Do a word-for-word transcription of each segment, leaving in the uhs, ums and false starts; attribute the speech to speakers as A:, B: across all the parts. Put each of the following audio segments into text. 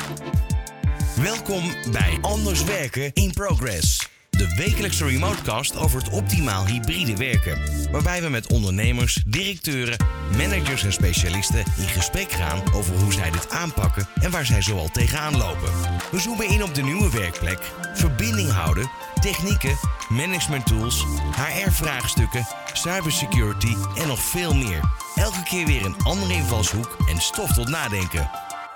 A: Welkom bij Anders Werken in Progress. De wekelijkse remotecast over het optimaal hybride werken. Waarbij we met ondernemers, directeuren, managers en specialisten in gesprek gaan over hoe zij dit aanpakken en waar zij zoal tegenaan lopen. We zoomen in op de nieuwe werkplek, verbinding houden, technieken, management tools, H R-vraagstukken, cybersecurity en nog veel meer. Elke keer weer een andere invalshoek en stof tot nadenken.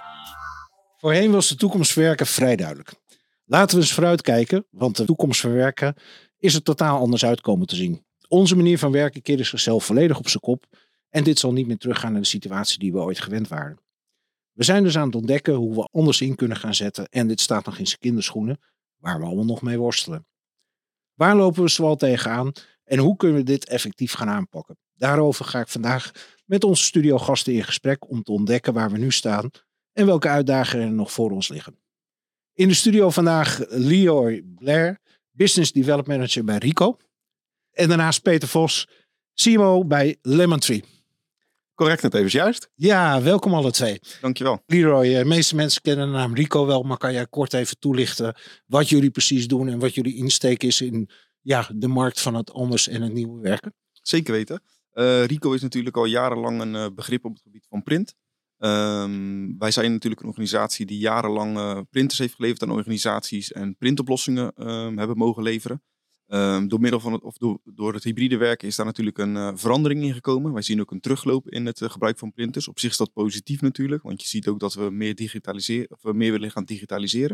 B: Voorheen was de toekomst van werken vrij duidelijk. Laten we eens vooruitkijken, want de toekomst van werken is er totaal anders uitkomen te zien. Onze manier van werken keerde zichzelf volledig op zijn kop en dit zal niet meer teruggaan naar de situatie die we ooit gewend waren. We zijn dus aan het ontdekken hoe we anders in kunnen gaan zetten en dit staat nog in zijn kinderschoenen, waar we allemaal nog mee worstelen. Waar lopen we zoal tegenaan en hoe kunnen we dit effectief gaan aanpakken? Daarover ga ik vandaag met onze studiogasten in gesprek om te ontdekken waar we nu staan en welke uitdagingen er nog voor ons liggen. In de studio vandaag Leroy Blair, Business Development Manager bij Rico. En daarnaast Peter Vos, C M O bij Lemon Tree.
C: Correct, net even juist.
B: Ja, welkom alle twee.
C: Dankjewel.
B: Leroy, de meeste mensen kennen de naam Rico wel, maar kan jij kort even toelichten wat jullie precies doen en wat jullie insteek is in ja, de markt van het anders en het nieuwe werken?
C: Zeker weten. Uh, Rico is natuurlijk al jarenlang een uh, begrip op het gebied van print. Um, wij zijn natuurlijk een organisatie die jarenlang uh, printers heeft geleverd aan organisaties en printoplossingen um, hebben mogen leveren. Um, door middel van het, of door, door het hybride werken is daar natuurlijk een uh, verandering in gekomen. Wij zien ook een terugloop in het uh, gebruik van printers. Op zich is dat positief natuurlijk, want je ziet ook dat we meer, digitaliseren, of we meer willen gaan digitaliseren.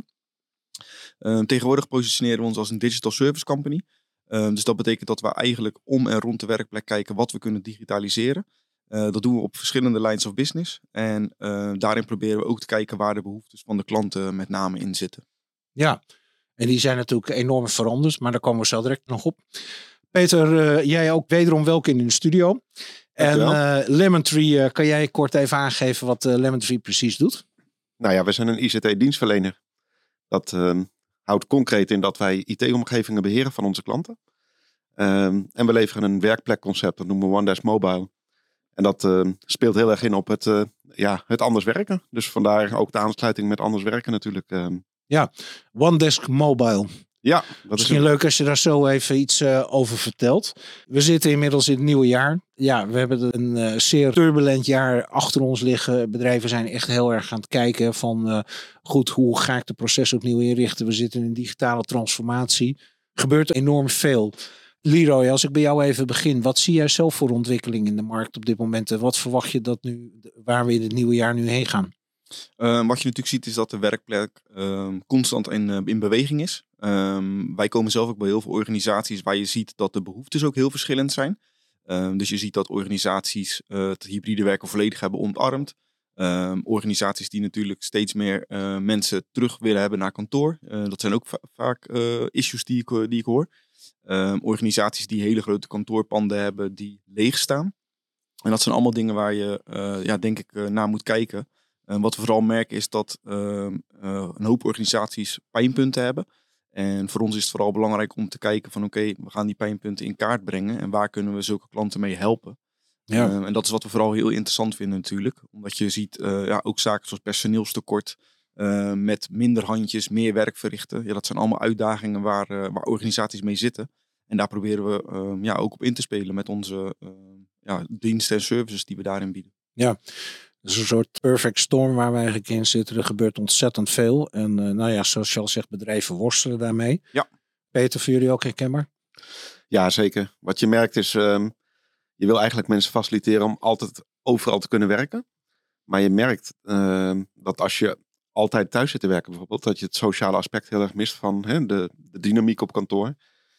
C: Um, tegenwoordig positioneren we ons als een digital service company. Um, dus dat betekent dat we eigenlijk om en rond de werkplek kijken wat we kunnen digitaliseren. Uh, dat doen we op verschillende lines of business. En uh, daarin proberen we ook te kijken waar de behoeftes van de klanten met name in zitten.
B: Ja, en die zijn natuurlijk enorm veranderd, maar daar komen we zo direct nog op. Peter, uh, jij ook wederom welkom in de studio. En uh, Lemon Tree, uh, kan jij kort even aangeven wat uh, Lemon Tree precies doet?
C: Nou ja, we zijn een I C T-dienstverlener. Dat uh, houdt concreet in dat wij I T-omgevingen beheren van onze klanten. Uh, en we leveren een werkplekconcept, dat noemen we One Desk Mobile. En dat uh, speelt heel erg in op het, uh, ja, het anders werken. Dus vandaar ook de aansluiting met anders werken natuurlijk. Uh.
B: Ja, One Desk Mobile.
C: Ja,
B: dat Misschien is een... leuk als je daar zo even iets uh, over vertelt. We zitten inmiddels in het nieuwe jaar. Ja, we hebben een uh, zeer turbulent jaar achter ons liggen. Bedrijven zijn echt heel erg aan het kijken van uh, goed, hoe ga ik de proces opnieuw inrichten? We zitten in een digitale transformatie. Er gebeurt enorm veel. Leroy, als ik bij jou even begin, wat zie jij zelf voor ontwikkeling in de markt op dit moment? En wat verwacht je dat nu, waar we in het nieuwe jaar nu heen gaan?
C: Uh, wat je natuurlijk ziet is dat de werkplek uh, constant in, uh, in beweging is. Um, wij komen zelf ook bij heel veel organisaties waar je ziet dat de behoeftes ook heel verschillend zijn. Uh, dus je ziet dat organisaties uh, het hybride werken volledig hebben omarmd. Uh, organisaties die natuurlijk steeds meer uh, mensen terug willen hebben naar kantoor. Uh, dat zijn ook va- vaak uh, issues die ik, die ik hoor. Um, organisaties die hele grote kantoorpanden hebben die leeg staan. En dat zijn allemaal dingen waar je, uh, ja, denk ik, uh, naar moet kijken. Uh, wat we vooral merken is dat uh, uh, een hoop organisaties pijnpunten hebben. En voor ons is het vooral belangrijk om te kijken van oké, okay, we gaan die pijnpunten in kaart brengen. En waar kunnen we zulke klanten mee helpen? Ja. Uh, en dat is wat we vooral heel interessant vinden natuurlijk. Omdat je ziet uh, ja, ook zaken zoals personeelstekort. Uh, met minder handjes, meer werk verrichten. Ja, dat zijn allemaal uitdagingen waar, uh, waar organisaties mee zitten. En daar proberen we uh, ja, ook op in te spelen met onze uh, ja, diensten en services die we daarin bieden.
B: Ja, dat is een soort perfect storm waar we eigenlijk in zitten. Er gebeurt ontzettend veel. En uh, nou ja, zoals je al zegt, bedrijven worstelen daarmee.
C: Ja.
B: Peter, voor jullie ook herkenbaar?
C: Ja, zeker. Wat je merkt is, um, je wil eigenlijk mensen faciliteren om altijd overal te kunnen werken. Maar je merkt uh, dat als je altijd thuis zit te werken bijvoorbeeld, dat je het sociale aspect heel erg mist van hè, de, de dynamiek op kantoor.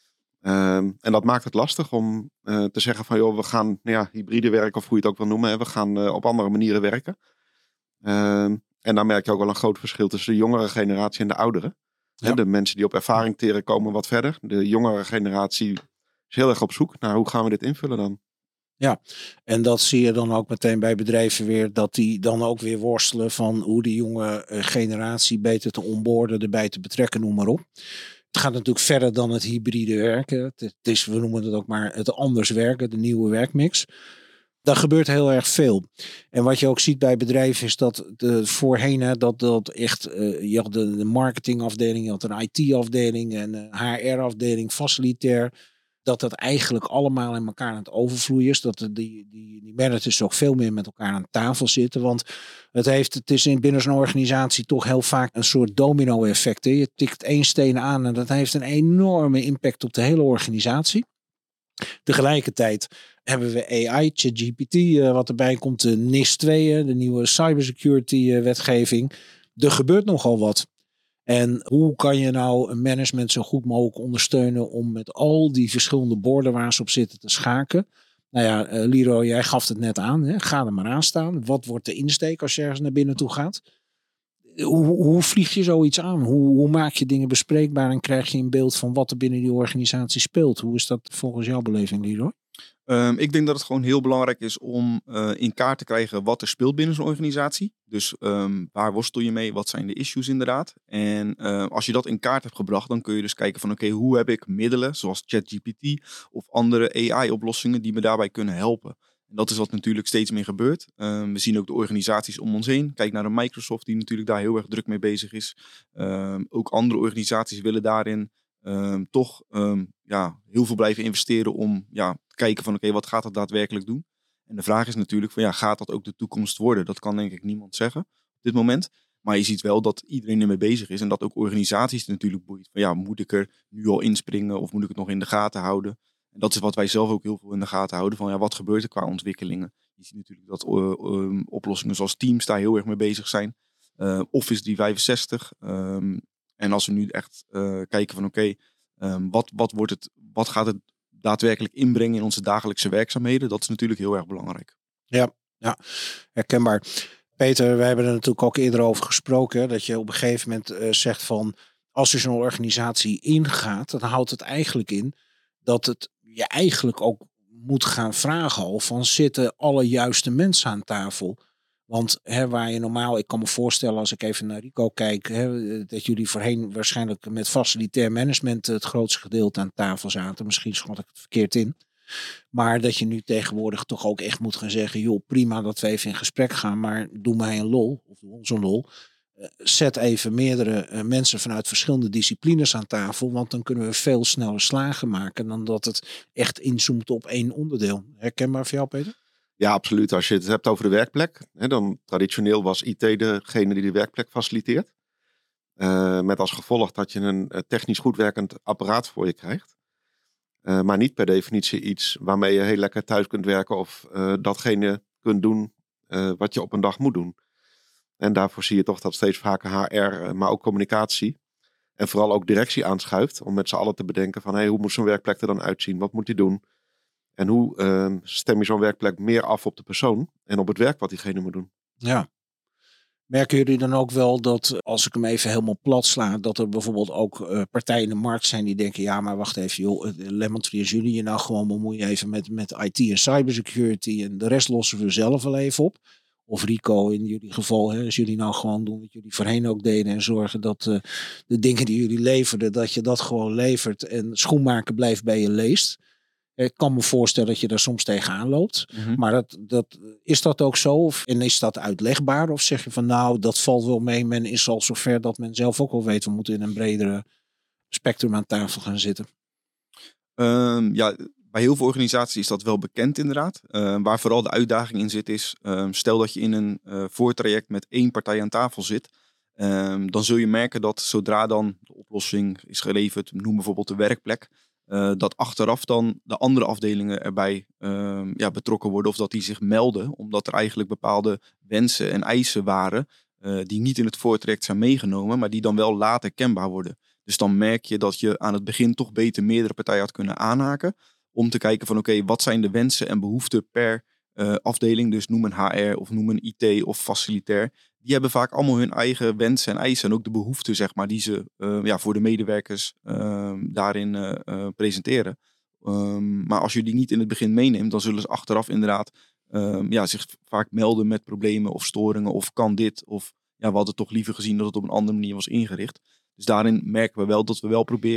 C: Um, en dat maakt het lastig om uh, te zeggen van joh, we gaan nou ja, hybride werken of hoe je het ook wil noemen. Hè, we gaan uh, op andere manieren werken. Um, en dan merk je ook wel een groot verschil tussen de jongere generatie en de oudere. Ja. Hè, de mensen die op ervaring teren komen wat verder. De jongere generatie is heel erg op zoek naar hoe gaan we dit invullen dan.
B: Ja, en dat zie je dan ook meteen bij bedrijven weer, dat die dan ook weer worstelen van hoe die jonge generatie beter te onboarden, erbij te betrekken, noem maar op. Het gaat natuurlijk verder dan het hybride werken. Het is, we noemen het ook maar het anders werken, de nieuwe werkmix. Daar gebeurt heel erg veel. En wat je ook ziet bij bedrijven is dat de, voorheen hè, dat, dat echt, uh, je had de, de marketingafdeling, je had een I T-afdeling en een H R-afdeling, facilitair. Dat dat eigenlijk allemaal in elkaar aan het overvloeien is. Dat de, die, die, die managers ook veel meer met elkaar aan tafel zitten. Want het, heeft, het is in binnen zo'n organisatie toch heel vaak een soort domino-effect. Hè. Je tikt één steen aan en dat heeft een enorme impact op de hele organisatie. Tegelijkertijd hebben we A I, ChatGPT, uh, wat erbij komt, de N I S twee, de nieuwe cybersecurity uh, wetgeving. Er gebeurt nogal wat. En hoe kan je nou een management zo goed mogelijk ondersteunen om met al die verschillende borden waar ze op zitten te schaken? Nou ja, uh, Leroy, jij gaf het net aan. Hè? Ga er maar aan staan. Wat wordt de insteek als je ergens naar binnen toe gaat? Hoe, hoe vlieg je zoiets aan? Hoe, hoe maak je dingen bespreekbaar en krijg je een beeld van wat er binnen die organisatie speelt? Hoe is dat volgens jouw beleving, Leroy?
C: Um, ik denk dat het gewoon heel belangrijk is om uh, in kaart te krijgen wat er speelt binnen zo'n organisatie. Dus um, waar worstel je mee? Wat zijn de issues inderdaad? En uh, als je dat in kaart hebt gebracht, dan kun je dus kijken van oké, okay, hoe heb ik middelen zoals ChatGPT of andere A I-oplossingen die me daarbij kunnen helpen? En dat is wat natuurlijk steeds meer gebeurt. Um, we zien ook de organisaties om ons heen. Kijk naar de Microsoft die natuurlijk daar heel erg druk mee bezig is. Um, ook andere organisaties willen daarin um, toch um, ja, heel veel blijven investeren om ja, te kijken van oké, okay, wat gaat dat daadwerkelijk doen? En de vraag is natuurlijk van ja, gaat dat ook de toekomst worden? Dat kan denk ik niemand zeggen op dit moment. Maar je ziet wel dat iedereen ermee bezig is en dat ook organisaties natuurlijk boeit. Van ja, moet ik er nu al inspringen of moet ik het nog in de gaten houden? En dat is wat wij zelf ook heel veel in de gaten houden. Van ja, wat gebeurt er qua ontwikkelingen? Je ziet natuurlijk dat uh, um, oplossingen zoals Teams daar heel erg mee bezig zijn. Uh, Office driehonderdvijfenzestig. Um, en als we nu echt uh, kijken van oké, okay, um, wat, wat, wordt het, wat gaat het daadwerkelijk inbrengen in onze dagelijkse werkzaamheden? Dat is natuurlijk heel erg belangrijk.
B: Ja, ja, herkenbaar. Peter, wij hebben er natuurlijk ook eerder over gesproken. Hè, dat je op een gegeven moment uh, zegt van als je zo'n organisatie ingaat, dan houdt het eigenlijk in dat het je eigenlijk ook moet gaan vragen al van zitten alle juiste mensen aan tafel. Want hè, waar je normaal, ik kan me voorstellen als ik even naar Rico kijk, hè, dat jullie voorheen waarschijnlijk met facilitair management het grootste gedeelte aan tafel zaten. Misschien schat ik het verkeerd in. Maar dat je nu tegenwoordig toch ook echt moet gaan zeggen, joh prima dat we even in gesprek gaan, maar doe mij een lol, of doe ons een lol. Zet even meerdere uh, mensen vanuit verschillende disciplines aan tafel. Want dan kunnen we veel sneller slagen maken dan dat het echt inzoomt op één onderdeel. Herkenbaar voor jou, Peter?
D: Ja, absoluut. Als je het hebt over de werkplek. Hè, dan traditioneel was I T degene die de werkplek faciliteert. Uh, met als gevolg dat je een uh, technisch goed werkend apparaat voor je krijgt. Uh, maar niet per definitie iets waarmee je heel lekker thuis kunt werken. Of uh, datgene kunt doen uh, wat je op een dag moet doen. En daarvoor zie je toch dat steeds vaker H R, maar ook communicatie en vooral ook directie aanschuift. Om met z'n allen te bedenken van hey, hoe moet zo'n werkplek er dan uitzien? Wat moet die doen? En hoe uh, stem je zo'n werkplek meer af op de persoon en op het werk wat diegene moet doen?
B: Ja. Merken jullie dan ook wel dat, als ik hem even helemaal plat sla, dat er bijvoorbeeld ook uh, partijen in de markt zijn die denken, ja maar wacht even joh, Lemon Tree als jullie je nou gewoon bemoeien even met, met I T en cybersecurity en de rest lossen we zelf wel even op. Of Rico in jullie geval, hè, als jullie nou gewoon doen wat jullie voorheen ook deden en zorgen dat uh, de dingen die jullie leverden, dat je dat gewoon levert en schoenmaken blijft bij je leest. Ik kan me voorstellen dat je daar soms tegenaan loopt. Mm-hmm. Maar dat, dat, is dat ook zo? Of, en is dat uitlegbaar? Of zeg je van nou, dat valt wel mee. Men is al zover dat men zelf ook wel weet, we moeten in een bredere spectrum aan tafel gaan zitten.
C: Um, ja, bij heel veel organisaties is dat wel bekend inderdaad. Uh, waar vooral de uitdaging in zit is, um, stel dat je in een uh, voortraject met één partij aan tafel zit. Um, dan zul je merken dat zodra dan de oplossing is geleverd, noem bijvoorbeeld de werkplek. Uh, dat achteraf dan de andere afdelingen erbij uh, ja, betrokken worden of dat die zich melden. Omdat er eigenlijk bepaalde wensen en eisen waren uh, die niet in het voortraject zijn meegenomen, maar die dan wel later kenbaar worden. Dus dan merk je dat je aan het begin toch beter meerdere partijen had kunnen aanhaken. Om te kijken van oké, okay, wat zijn de wensen en behoeften per uh, afdeling. Dus noem een H R of noem een I T of facilitair. Die hebben vaak allemaal hun eigen wensen en eisen. En ook de behoeften zeg maar, die ze uh, ja, voor de medewerkers uh, daarin uh, uh, presenteren. Um, maar als je die niet in het begin meeneemt, dan zullen ze achteraf inderdaad um, ja, zich vaak melden met problemen of storingen. Of kan dit? Of ja, we hadden toch liever gezien dat het op een andere manier was ingericht. Dus daarin merken we wel dat we wel proberen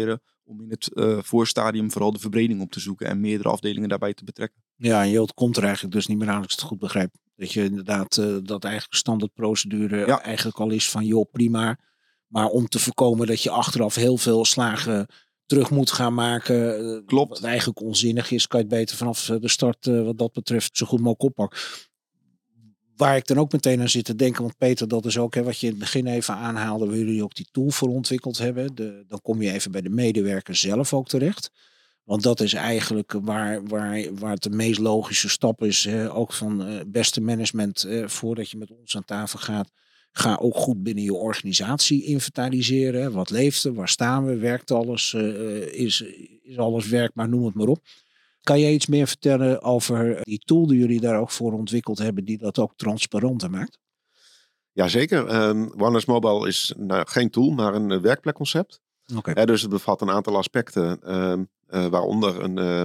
C: om in het uh, voorstadium vooral de verbreding op te zoeken en meerdere afdelingen daarbij te betrekken.
B: Ja, en Jood komt er eigenlijk dus niet meer aan, als ik het goed begrijp. Dat je inderdaad, uh, dat eigenlijk standaardprocedure ja. eigenlijk al is van joh, prima. Maar om te voorkomen dat je achteraf heel veel slagen terug moet gaan maken. Uh,
C: Klopt.
B: Wat eigenlijk onzinnig is, kan je het beter vanaf de start uh, wat dat betreft zo goed mogelijk oppakken. Waar ik dan ook meteen aan zit te denken, want Peter, dat is ook hè, wat je in het begin even aanhaalde, waar jullie ook die tool voor ontwikkeld hebben. De, dan kom je even bij de medewerker zelf ook terecht. Want dat is eigenlijk waar, waar, waar het de meest logische stap is. Hè, ook van uh, beste management, uh, voordat je met ons aan tafel gaat. Ga ook goed binnen je organisatie inventariseren. Hè. Wat leeft er? Waar staan we? Werkt alles? Uh, is, is alles werkbaar? Noem het maar op. Kan je iets meer vertellen over die tool die jullie daar ook voor ontwikkeld hebben, die dat ook transparanter maakt?
D: Jazeker. Um, OneLess Mobile is nou, geen tool, maar een uh, werkplekconcept.
B: Okay.
D: Uh, dus het bevat een aantal aspecten, uh, uh, waaronder een, uh,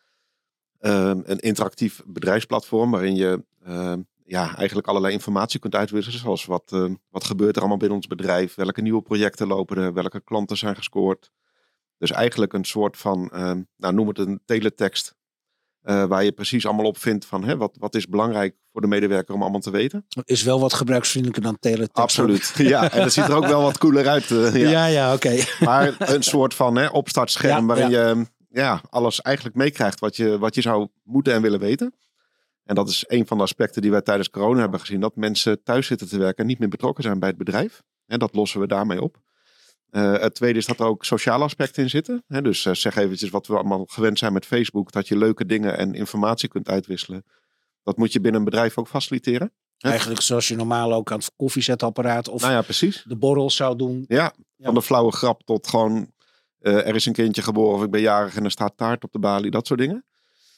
D: uh, een interactief bedrijfsplatform, waarin je uh, ja, eigenlijk allerlei informatie kunt uitwisselen. Zoals wat, uh, wat gebeurt er allemaal binnen ons bedrijf, welke nieuwe projecten lopen er, welke klanten zijn gescoord. Dus eigenlijk een soort van, uh, nou, noem het een teletext, uh, waar je precies allemaal op vindt van hè, wat, wat is belangrijk voor de medewerker om allemaal te weten.
B: Is wel wat gebruiksvriendelijker dan teletext.
D: Absoluut, ja. En dat ziet er ook wel wat cooler uit. Uh, ja,
B: ja, ja oké. Okay.
D: Maar een soort van hè, opstartscherm ja, waarin ja. je ja, alles eigenlijk meekrijgt wat je, wat je zou moeten en willen weten. En dat is een van de aspecten die wij tijdens corona hebben gezien. Dat mensen thuis zitten te werken en niet meer betrokken zijn bij het bedrijf. En dat lossen we daarmee op. Uh, het tweede is dat er ook sociale aspecten in zitten. He, dus uh, zeg eventjes wat we allemaal gewend zijn met Facebook. Dat je leuke dingen en informatie kunt uitwisselen. Dat moet je binnen een bedrijf ook faciliteren. He.
B: Eigenlijk zoals je normaal ook aan het koffiezetapparaat of
D: nou ja, precies.
B: de borrels zou doen.
D: Ja, van ja. de flauwe grap tot gewoon uh, er is een kindje geboren of ik ben jarig en er staat taart op de balie. Dat soort dingen.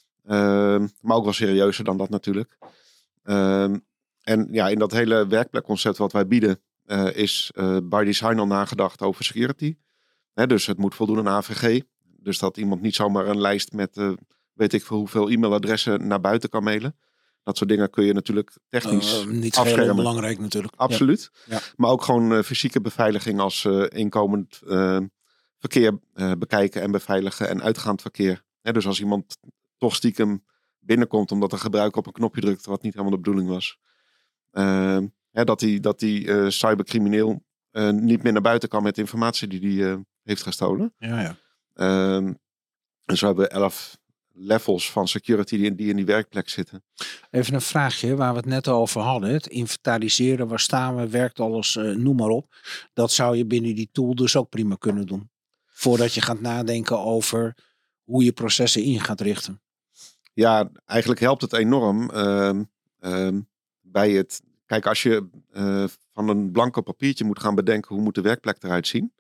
D: Uh, maar ook wel serieuzer dan dat natuurlijk. Uh, en ja, in dat hele werkplekconcept wat wij bieden, Uh, is uh, by design al nagedacht over security. Hè, dus het moet voldoen aan A V G. Dus dat iemand niet zomaar een lijst met uh, weet ik veel hoeveel e-mailadressen naar buiten kan mailen. Dat soort dingen kun je natuurlijk technisch
B: uh, niet
D: afschermen.
B: Heel belangrijk natuurlijk.
D: Absoluut.
B: Ja. Ja.
D: Maar ook gewoon uh, fysieke beveiliging als uh, inkomend uh, verkeer uh, bekijken en beveiligen en uitgaand verkeer. Hè, dus als iemand toch stiekem binnenkomt omdat een gebruiker op een knopje drukt wat niet helemaal de bedoeling was. Uh, He, dat die, dat die uh, cybercrimineel uh, niet meer naar buiten kan met informatie die hij uh, heeft gestolen.
B: Ja, ja.
D: Um, en zo hebben we elf levels van security die in, die in die werkplek zitten.
B: Even een vraagje waar we het net over hadden. Het inventariseren, waar staan we, werkt alles, uh, noem maar op. Dat zou je binnen die tool dus ook prima kunnen doen. Voordat je gaat nadenken over hoe je processen in gaat richten.
D: Ja, eigenlijk helpt het enorm um, um, bij het... Kijk, als je uh, van een blanco papiertje moet gaan bedenken hoe moet de werkplek eruit zien,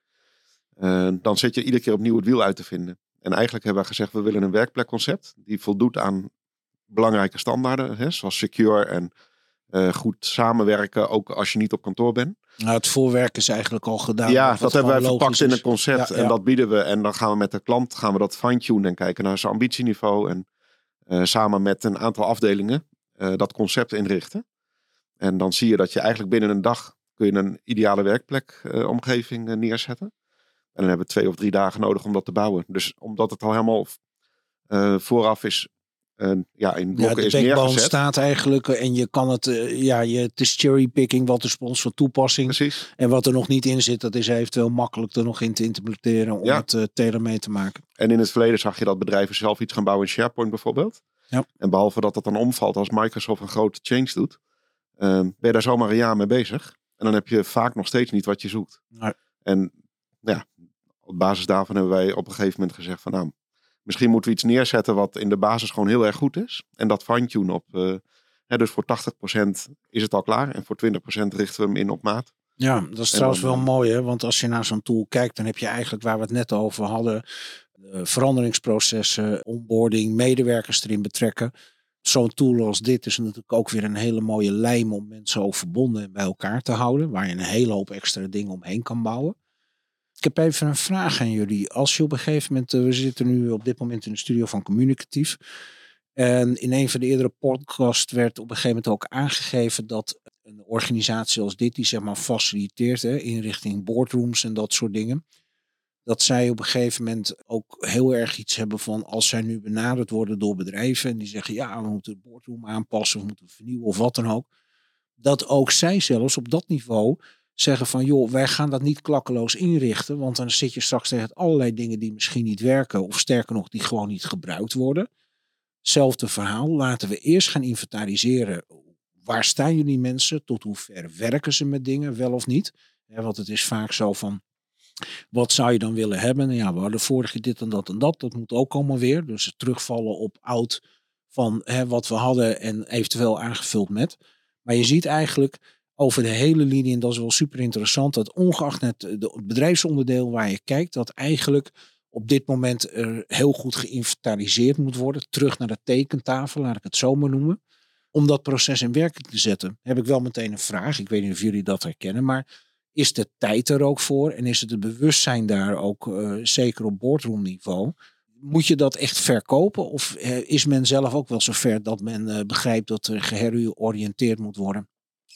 D: uh, dan zit je iedere keer opnieuw het wiel uit te vinden. En eigenlijk hebben we gezegd, we willen een werkplekconcept die voldoet aan belangrijke standaarden, hè, zoals secure en uh, goed samenwerken, ook als je niet op kantoor bent.
B: Nou, het voorwerk is eigenlijk al gedaan.
D: Ja, dat hebben wij verpakt in een concept
B: ja, ja.
D: en dat bieden we. En dan gaan we met de klant gaan we dat fine-tunen en kijken naar zijn ambitieniveau en uh, samen met een aantal afdelingen uh, dat concept inrichten. En dan zie je dat je eigenlijk binnen een dag kun je een ideale werkplek-omgeving uh, uh, neerzetten. En dan hebben we twee of drie dagen nodig om dat te bouwen. Dus omdat het al helemaal uh, vooraf is, uh, ja, in blokken
B: ja,
D: is neergezet. De backbone
B: staat eigenlijk en je kan het, uh, ja, je, het is cherrypicking wat is voor ons van toepassing.
D: Precies.
B: En wat er nog niet in zit, dat is eventueel makkelijk er nog in te implementeren om ja. het uh, tailor-made te maken.
D: En in het verleden zag je dat bedrijven zelf iets gaan bouwen in SharePoint bijvoorbeeld.
B: Ja. En
D: behalve dat dat dan omvalt als Microsoft een grote change doet, Uh, ben je daar zomaar een jaar mee bezig. En dan heb je vaak nog steeds niet wat je zoekt.
B: Nee.
D: En ja, op basis daarvan hebben wij op een gegeven moment gezegd van nou, misschien moeten we iets neerzetten wat in de basis gewoon heel erg goed is. En dat fine-tune op. Uh, hè, dus voor tachtig procent is het al klaar. En voor twintig procent richten we hem in op maat.
B: Ja, dat is en trouwens dan, wel mooi. Hè? Want als je naar zo'n tool kijkt, dan heb je eigenlijk waar we het net over hadden. Uh, veranderingsprocessen, onboarding, medewerkers erin betrekken. Zo'n tool als dit is natuurlijk ook weer een hele mooie lijm om mensen ook verbonden en bij elkaar te houden. Waar je een hele hoop extra dingen omheen kan bouwen. Ik heb even een vraag aan jullie. Als je op een gegeven moment, we zitten nu op dit moment in de studio van Communicatief. En in een van de eerdere podcasts werd op een gegeven moment ook aangegeven dat een organisatie als dit, die zeg maar faciliteert, hè, inrichting boardrooms en dat soort dingen. dat zij op een gegeven moment ook heel erg iets hebben van als zij nu benaderd worden door bedrijven en die zeggen ja, we moeten de boardroom aanpassen of moeten vernieuwen of wat dan ook. Dat ook zij zelfs op dat niveau zeggen van joh, wij gaan dat niet klakkeloos inrichten, want dan zit je straks tegen allerlei dingen die misschien niet werken of sterker nog die gewoon niet gebruikt worden. Hetzelfde verhaal, laten we eerst gaan inventariseren. Waar staan jullie mensen? Tot hoe ver werken ze met dingen, wel of niet? Ja, want het is vaak zo van, wat zou je dan willen hebben? Ja, we hadden vorige dit en dat en dat. Dat moet ook allemaal weer. Dus terugvallen op oud van hè, wat we hadden en eventueel aangevuld met. Maar je ziet eigenlijk over de hele linie, en dat is wel super interessant, dat ongeacht het, het bedrijfsonderdeel waar je kijkt, dat eigenlijk op dit moment er heel goed geïnventariseerd moet worden. Terug naar de tekentafel, laat ik het zo maar noemen. Om dat proces in werking te zetten, heb ik wel meteen een vraag. Ik weet niet of jullie dat herkennen, maar is de tijd er ook voor? En is het het bewustzijn daar ook, uh, zeker op boardroom niveau? Moet je dat echt verkopen? Of uh, is men zelf ook wel zover dat men uh, begrijpt dat er geheroriënteerd moet worden?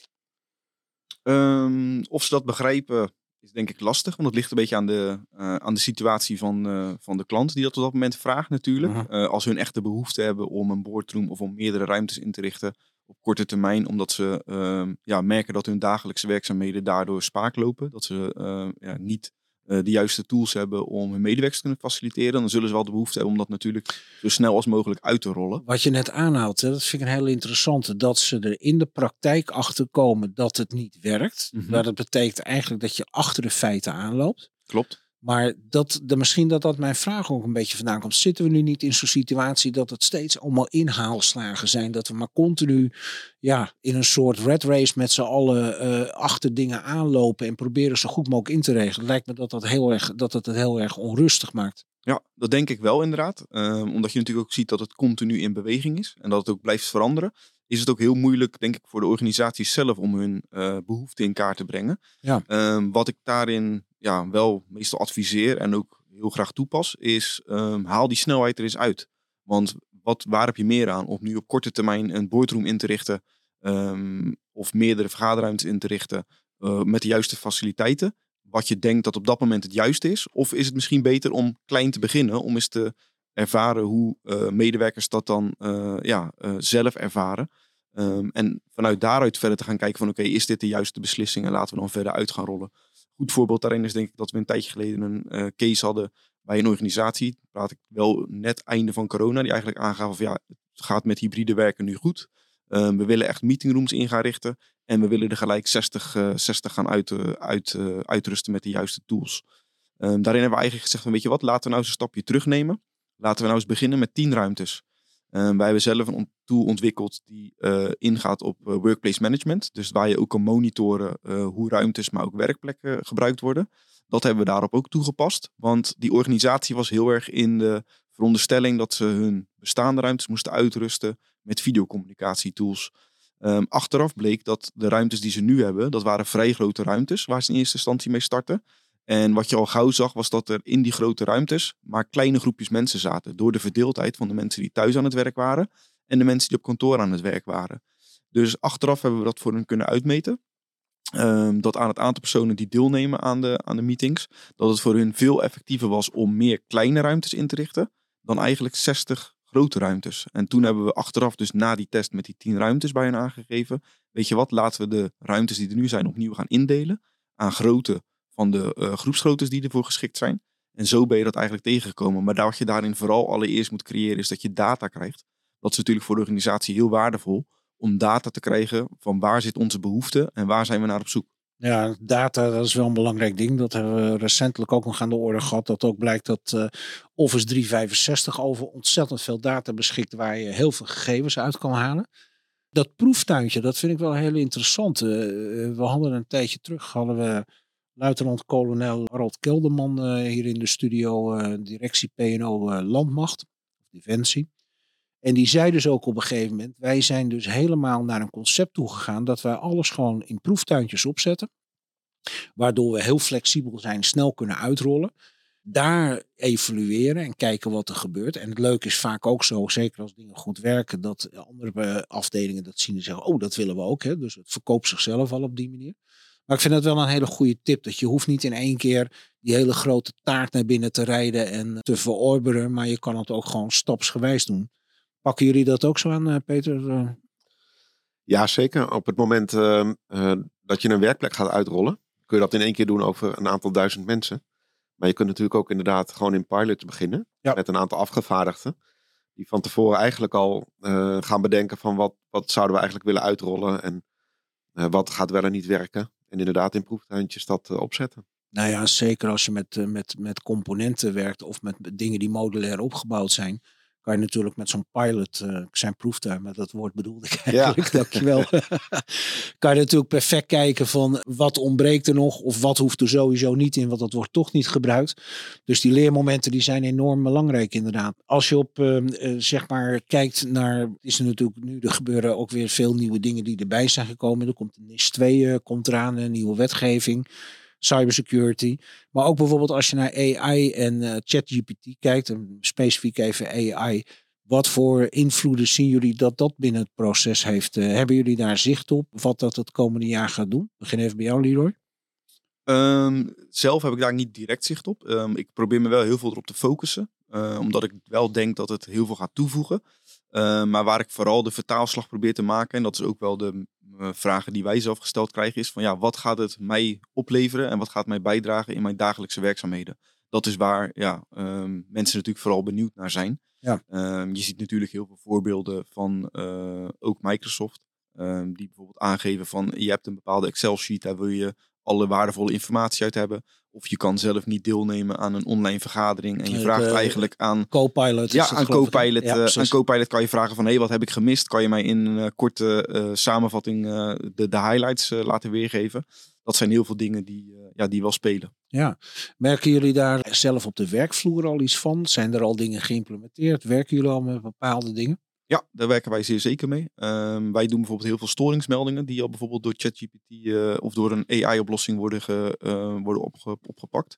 C: Um, of ze dat begrijpen is denk ik lastig. Want het ligt een beetje aan de, uh, aan de situatie van, uh, van de klant die dat op dat moment vraagt natuurlijk. Uh-huh. Uh, als hun echt de behoefte hebben om een boardroom of om meerdere ruimtes in te richten op korte termijn. Omdat ze uh, ja, merken dat hun dagelijkse werkzaamheden daardoor spaak lopen. Dat ze uh, ja, niet uh, de juiste tools hebben om hun medewerkers te kunnen faciliteren. Dan zullen ze wel de behoefte hebben om dat natuurlijk zo snel als mogelijk uit te rollen.
B: Wat je net aanhaalt, hè, dat vind ik een hele interessante. Dat ze er in de praktijk achter komen dat het niet werkt. Mm-hmm. Maar dat betekent eigenlijk dat je achter de feiten aanloopt.
C: Klopt.
B: Maar dat, de, misschien dat dat mijn vraag ook een beetje vandaan komt. Zitten we nu niet in zo'n situatie dat het steeds allemaal inhaalslagen zijn? Dat we maar continu ja, in een soort red race met z'n allen uh, achter dingen aanlopen en proberen zo goed mogelijk in te regelen. Lijkt me dat dat, heel erg, dat het het heel erg onrustig maakt.
C: Ja, dat denk ik wel inderdaad. Uh, omdat je natuurlijk ook ziet dat het continu in beweging is en dat het ook blijft veranderen. Is het ook heel moeilijk, denk ik, voor de organisaties zelf om hun uh, behoeften in kaart te brengen. Ja. Uh, wat ik daarin ja, wel meestal adviseer en ook heel graag toepas, is um, haal die snelheid er eens uit. Want wat, waar heb je meer aan? Om nu op korte termijn een boardroom in te richten um, of meerdere vergaderruimtes in te richten uh, met de juiste faciliteiten. Wat je denkt dat op dat moment het juiste is. Of is het misschien beter om klein te beginnen, om eens te ervaren hoe uh, medewerkers dat dan uh, ja, uh, zelf ervaren. Um, en vanuit daaruit verder te gaan kijken van oké, okay, is dit de juiste beslissing en laten we dan verder uit gaan rollen. Goed voorbeeld daarin is denk ik dat we een tijdje geleden een uh, case hadden bij een organisatie. Praat ik wel net einde van corona, die eigenlijk aangaf van ja, het gaat met hybride werken nu goed. Um, we willen echt meetingrooms in gaan richten en we willen er gelijk zestig, uh, zestig gaan uit, uh, uit, uh, uitrusten met de juiste tools. Um, daarin hebben we eigenlijk gezegd van weet je wat, laten we nou eens een stapje terugnemen. Laten we nou eens beginnen met tien ruimtes. Uh, wij hebben zelf een tool ontwikkeld die uh, ingaat op uh, workplace management. Dus waar je ook kan monitoren uh, hoe ruimtes, maar ook werkplekken gebruikt worden. Dat hebben we daarop ook toegepast. Want die organisatie was heel erg in de veronderstelling dat ze hun bestaande ruimtes moesten uitrusten met videocommunicatietools. Um, achteraf bleek dat de ruimtes die ze nu hebben, dat waren vrij grote ruimtes waar ze in eerste instantie mee startten. En wat je al gauw zag was dat er in die grote ruimtes maar kleine groepjes mensen zaten. Door de verdeeldheid van de mensen die thuis aan het werk waren en de mensen die op kantoor aan het werk waren. Dus achteraf hebben we dat voor hen kunnen uitmeten. Um, dat aan het aantal personen die deelnemen aan de, aan de meetings, dat het voor hun veel effectiever was om meer kleine ruimtes in te richten dan eigenlijk zestig grote ruimtes. En toen hebben we achteraf dus na die test met die tien ruimtes bij hen aangegeven. Weet je wat, laten we de ruimtes die er nu zijn opnieuw gaan indelen aan grootte van de uh, groepsgroottes die ervoor geschikt zijn. En zo ben je dat eigenlijk tegengekomen. Maar wat je daarin vooral allereerst moet creëren is dat je data krijgt. Dat is natuurlijk voor de organisatie heel waardevol om data te krijgen van waar zit onze behoefte en waar zijn we naar op zoek.
B: Ja, data, dat is wel een belangrijk ding. Dat hebben we recentelijk ook nog aan de orde gehad. Dat ook blijkt dat uh, Office driehonderdvijfenzestig over ontzettend veel data beschikt waar je heel veel gegevens uit kan halen. Dat proeftuintje, dat vind ik wel heel interessant. Uh, we hadden een tijdje terug, hadden we luitenant-kolonel Harold Kelderman uh, hier in de studio, uh, directie P en O uh, Landmacht, Defensie. En die zei dus ook op een gegeven moment, wij zijn dus helemaal naar een concept toegegaan dat wij alles gewoon in proeftuintjes opzetten. Waardoor we heel flexibel zijn, snel kunnen uitrollen. Daar evalueren en kijken wat er gebeurt. En het leuke is vaak ook zo, zeker als dingen goed werken, dat andere afdelingen dat zien en zeggen, oh dat willen we ook. Hè? Dus het verkoopt zichzelf al op die manier. Maar ik vind dat wel een hele goede tip. Dat je hoeft niet in één keer die hele grote taart naar binnen te rijden en te verorberen. Maar je kan het ook gewoon stapsgewijs doen. Pakken jullie dat ook zo aan, Peter?
D: Ja, zeker. Op het moment uh, uh, dat je een werkplek gaat uitrollen, kun je dat in één keer doen over een aantal duizend mensen. Maar je kunt natuurlijk ook inderdaad gewoon in pilot beginnen. Ja. Met een aantal afgevaardigden. Die van tevoren eigenlijk al uh, gaan bedenken van wat, wat zouden we eigenlijk willen uitrollen. En uh, wat gaat wel en niet werken. En inderdaad in proeftuintjes dat uh, opzetten.
B: Nou ja, zeker als je met, uh, met, met componenten werkt of met dingen die modulair opgebouwd zijn. Kan je natuurlijk met zo'n pilot, uh, ik zijn proeftuin, maar dat woord bedoelde ik eigenlijk, ja. Dankjewel. Kan je natuurlijk perfect kijken van wat ontbreekt er nog of wat hoeft er sowieso niet in, want dat wordt toch niet gebruikt. Dus die leermomenten die zijn enorm belangrijk inderdaad. Als je op uh, uh, zeg maar kijkt naar, is er natuurlijk nu, er gebeuren ook weer veel nieuwe dingen die erbij zijn gekomen. Er komt de N I S twee uh, komt eraan, een nieuwe wetgeving. Cybersecurity. Maar ook bijvoorbeeld als je naar A I en uh, ChatGPT kijkt. En specifiek even A I. Wat voor invloeden zien jullie dat dat binnen het proces heeft? Uh, hebben jullie daar zicht op? Wat dat het komende jaar gaat doen? Begin even bij jou, Leroy.
C: Um, zelf heb ik daar niet direct zicht op. Um, ik probeer me wel heel veel erop te focussen. Uh, omdat ik wel denk dat het heel veel gaat toevoegen. Uh, maar waar ik vooral de vertaalslag probeer te maken. En dat is ook wel de uh, vragen die wij zelf gesteld krijgen. Is van ja, wat gaat het mij opleveren? En wat gaat mij bijdragen in mijn dagelijkse werkzaamheden? Dat is waar ja, um, mensen natuurlijk vooral benieuwd naar zijn. Ja. Um, je ziet natuurlijk heel veel voorbeelden van uh, ook Microsoft. Um, die bijvoorbeeld aangeven van je hebt een bepaalde Excel sheet. Daar wil je alle waardevolle informatie uit hebben. Of je kan zelf niet deelnemen aan een online vergadering. En je vraagt uh, eigenlijk aan
B: Copilot.
C: Ja, aan Copilot, ja, uh, aan Copilot kan je vragen van hé, hey, wat heb ik gemist? Kan je mij in een uh, korte uh, samenvatting uh, de, de highlights uh, laten weergeven? Dat zijn heel veel dingen die, uh, ja, die wel spelen.
B: Ja, merken jullie daar zelf op de werkvloer al iets van? Zijn er al dingen geïmplementeerd? Werken jullie al met bepaalde dingen?
C: Ja, daar werken wij zeer zeker mee. Um, wij doen bijvoorbeeld heel veel storingsmeldingen die al bijvoorbeeld door ChatGPT uh, of door een A I-oplossing worden, ge, uh, worden opge, opgepakt.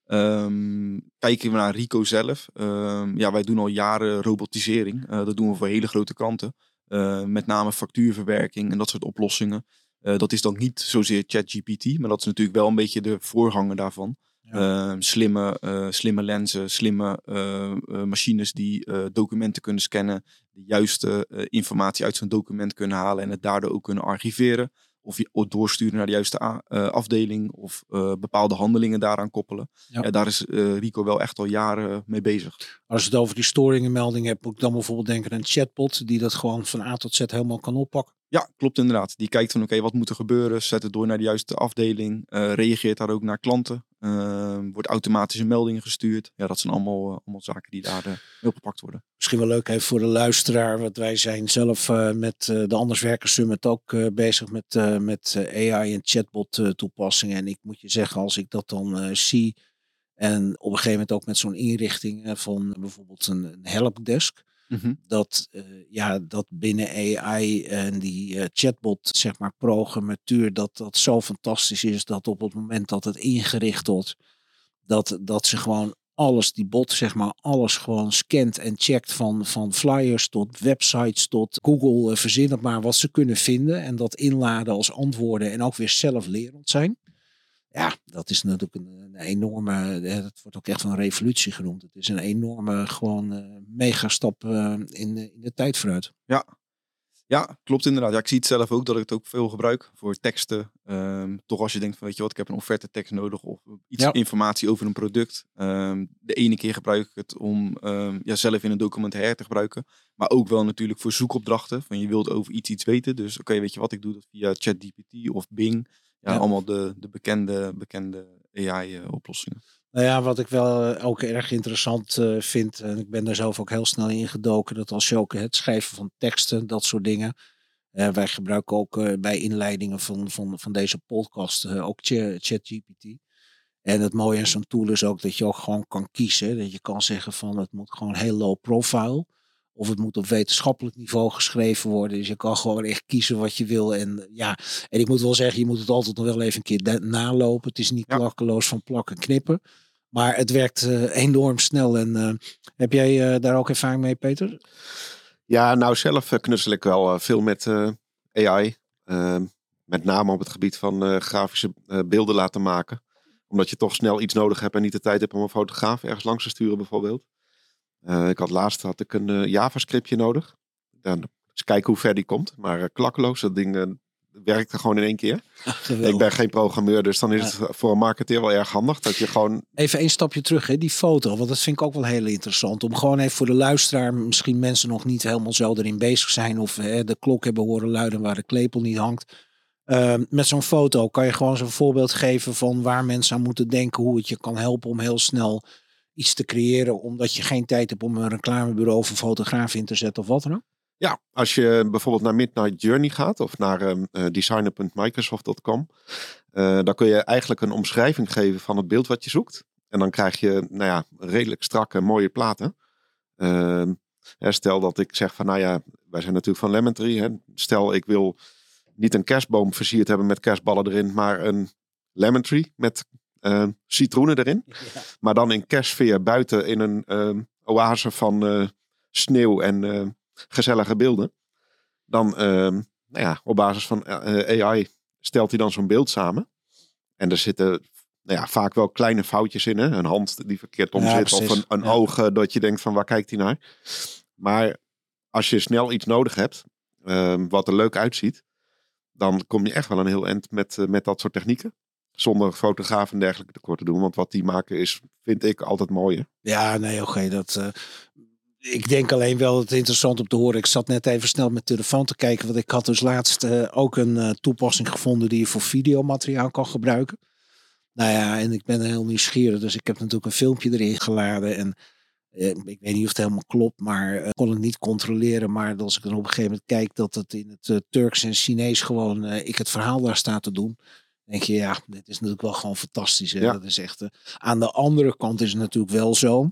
C: Um, kijken we naar Rico zelf. Um, ja, wij doen al jaren robotisering. Uh, dat doen we voor hele grote klanten. Uh, met name factuurverwerking en dat soort oplossingen. Uh, dat is dan niet zozeer ChatGPT, maar dat is natuurlijk wel een beetje de voorganger daarvan. Ja. Uh, slimme, uh, slimme lenzen, slimme uh, uh, machines die uh, documenten kunnen scannen, de juiste uh, informatie uit zo'n document kunnen halen en het daardoor ook kunnen archiveren. Of je doorsturen naar de juiste a- uh, afdeling of uh, bepaalde handelingen daaraan koppelen. Ja. Ja, daar is uh, Rico wel echt al jaren mee bezig.
B: Als je het over die storingenmelding hebt, moet ik dan bijvoorbeeld denken aan een chatbot die dat gewoon van A tot Z helemaal kan oppakken.
C: Ja, klopt inderdaad. Die kijkt van oké, okay, wat moet er gebeuren? Zet het door naar de juiste afdeling. Uh, reageert daar ook naar klanten. Uh, wordt automatische meldingen gestuurd. Ja, dat zijn allemaal, uh, allemaal zaken die daar uh, heel gepakt worden.
B: Misschien wel leuk even voor de luisteraar. Want wij zijn zelf uh, met uh, de Anders Werken Summit ook uh, bezig met, uh, met uh, A I en chatbot uh, toepassingen. En ik moet je zeggen, als ik dat dan uh, zie. En op een gegeven moment ook met zo'n inrichting uh, van bijvoorbeeld een, een helpdesk. Mm-hmm. Dat, uh, ja, dat binnen A I en die uh, chatbot, zeg maar, programmatuur, dat dat zo fantastisch is dat op het moment dat het ingericht wordt, dat, dat ze gewoon alles, die bot, zeg maar, alles gewoon scant en checkt van, van flyers tot websites tot Google, uh, verzin het maar wat ze kunnen vinden en dat inladen als antwoorden en ook weer zelflerend zijn. Ja, dat is natuurlijk een, een enorme, het wordt ook echt van een revolutie genoemd. Het is een enorme, gewoon uh, megastap uh, in, in de tijd vooruit.
C: Ja. ja, klopt inderdaad. Ja, ik zie het zelf ook dat ik het ook veel gebruik voor teksten. Um, toch als je denkt van weet je wat, ik heb een offerte tekst nodig of iets ja. informatie over een product. Um, de ene keer gebruik ik het om um, ja, zelf in een documentaire te gebruiken. Maar ook wel natuurlijk voor zoekopdrachten. Van je wilt over iets iets weten. Dus oké, okay, weet je wat, ik doe dat via ChatGPT of Bing. Ja, ja, allemaal de, de bekende, bekende A I-oplossingen.
B: Nou ja, wat ik wel ook erg interessant uh, vind, en ik ben daar zelf ook heel snel in gedoken, dat als je ook het schrijven van teksten, dat soort dingen. Uh, wij gebruiken ook uh, bij inleidingen van, van, van deze podcast uh, ook ChatGPT. En het mooie aan zo'n tool is ook dat je ook gewoon kan kiezen. Dat je kan zeggen van het moet gewoon heel low profile. Of het moet op wetenschappelijk niveau geschreven worden. Dus je kan gewoon echt kiezen wat je wil. En ja, en ik moet wel zeggen, je moet het altijd nog wel even een keer de- nalopen. Het is niet ja. klakkeloos van plakken knippen. Maar het werkt uh, enorm snel. En uh, heb jij uh, daar ook ervaring mee, Peter?
D: Ja, nou zelf uh, knutsel ik wel uh, veel met uh, A I. Uh, met name op het gebied van uh, grafische uh, beelden laten maken. Omdat je toch snel iets nodig hebt en niet de tijd hebt om een fotograaf ergens langs te sturen bijvoorbeeld. Uh, ik had laatst had ik een uh, JavaScriptje nodig. Dan eens kijken hoe ver die komt. Maar uh, klakkeloos, dat ding uh, werkte gewoon in één keer. Ach, ik ben geen programmeur, dus dan is ja. het voor een marketeer wel erg handig. Dat je gewoon...
B: Even een stapje terug, hè, die foto. Want dat vind ik ook wel heel interessant. Om gewoon even voor de luisteraar, misschien mensen nog niet helemaal zo erin bezig zijn. Of hè, de klok hebben horen luiden waar de klepel niet hangt. Uh, met zo'n foto kan je gewoon zo'n voorbeeld geven van waar mensen aan moeten denken. Hoe het je kan helpen om heel snel iets te creëren. Omdat je geen tijd hebt om een reclamebureau of een fotograaf in te zetten of wat dan ook.
D: Ja, als je bijvoorbeeld naar Midnight Journey gaat of naar uh, designer punt microsoft punt com. Uh, dan kun je eigenlijk een omschrijving geven van het beeld wat je zoekt. En dan krijg je nou ja, redelijk strakke mooie platen. Uh, stel dat ik zeg van nou ja, wij zijn natuurlijk van Lemon Tree. Hè. Stel ik wil niet een kerstboom versierd hebben met kerstballen erin, maar een lemon tree met uh, citroenen erin. Ja. Maar dan in kerstsfeer buiten in een uh, oase van uh, sneeuw en uh, gezellige beelden. Dan, uh, nou ja, op basis van uh, A I stelt hij dan zo'n beeld samen. En er zitten nou ja, vaak wel kleine foutjes in. Hè? Een hand die verkeerd om
B: ja,
D: zit. Of een, een ja. oog uh, dat je denkt van waar kijkt hij naar. Maar als je snel iets nodig hebt, uh, wat er leuk uitziet, dan kom je echt wel een heel eind met, uh, met dat soort technieken. Zonder fotograaf en dergelijke tekort te doen. Want wat die maken is, vind ik, altijd mooi. Hè?
B: Ja, nee, oké. Okay, dat... Uh... Ik denk alleen wel het interessant om te horen. Ik zat net even snel met de telefoon te kijken. Want ik had dus laatst uh, ook een uh, toepassing gevonden die je voor videomateriaal kan gebruiken. Nou ja, en ik ben heel nieuwsgierig. Dus ik heb natuurlijk een filmpje erin geladen. En uh, ik weet niet of het helemaal klopt. Maar ik uh, kon het niet controleren. Maar als ik dan op een gegeven moment kijk dat het in het uh, Turks en Chinees gewoon uh, ik het verhaal daar sta te doen. Denk je, ja, dit is natuurlijk wel gewoon fantastisch. Hè? Ja. Dat is echt, uh, aan de andere kant is het natuurlijk wel zo.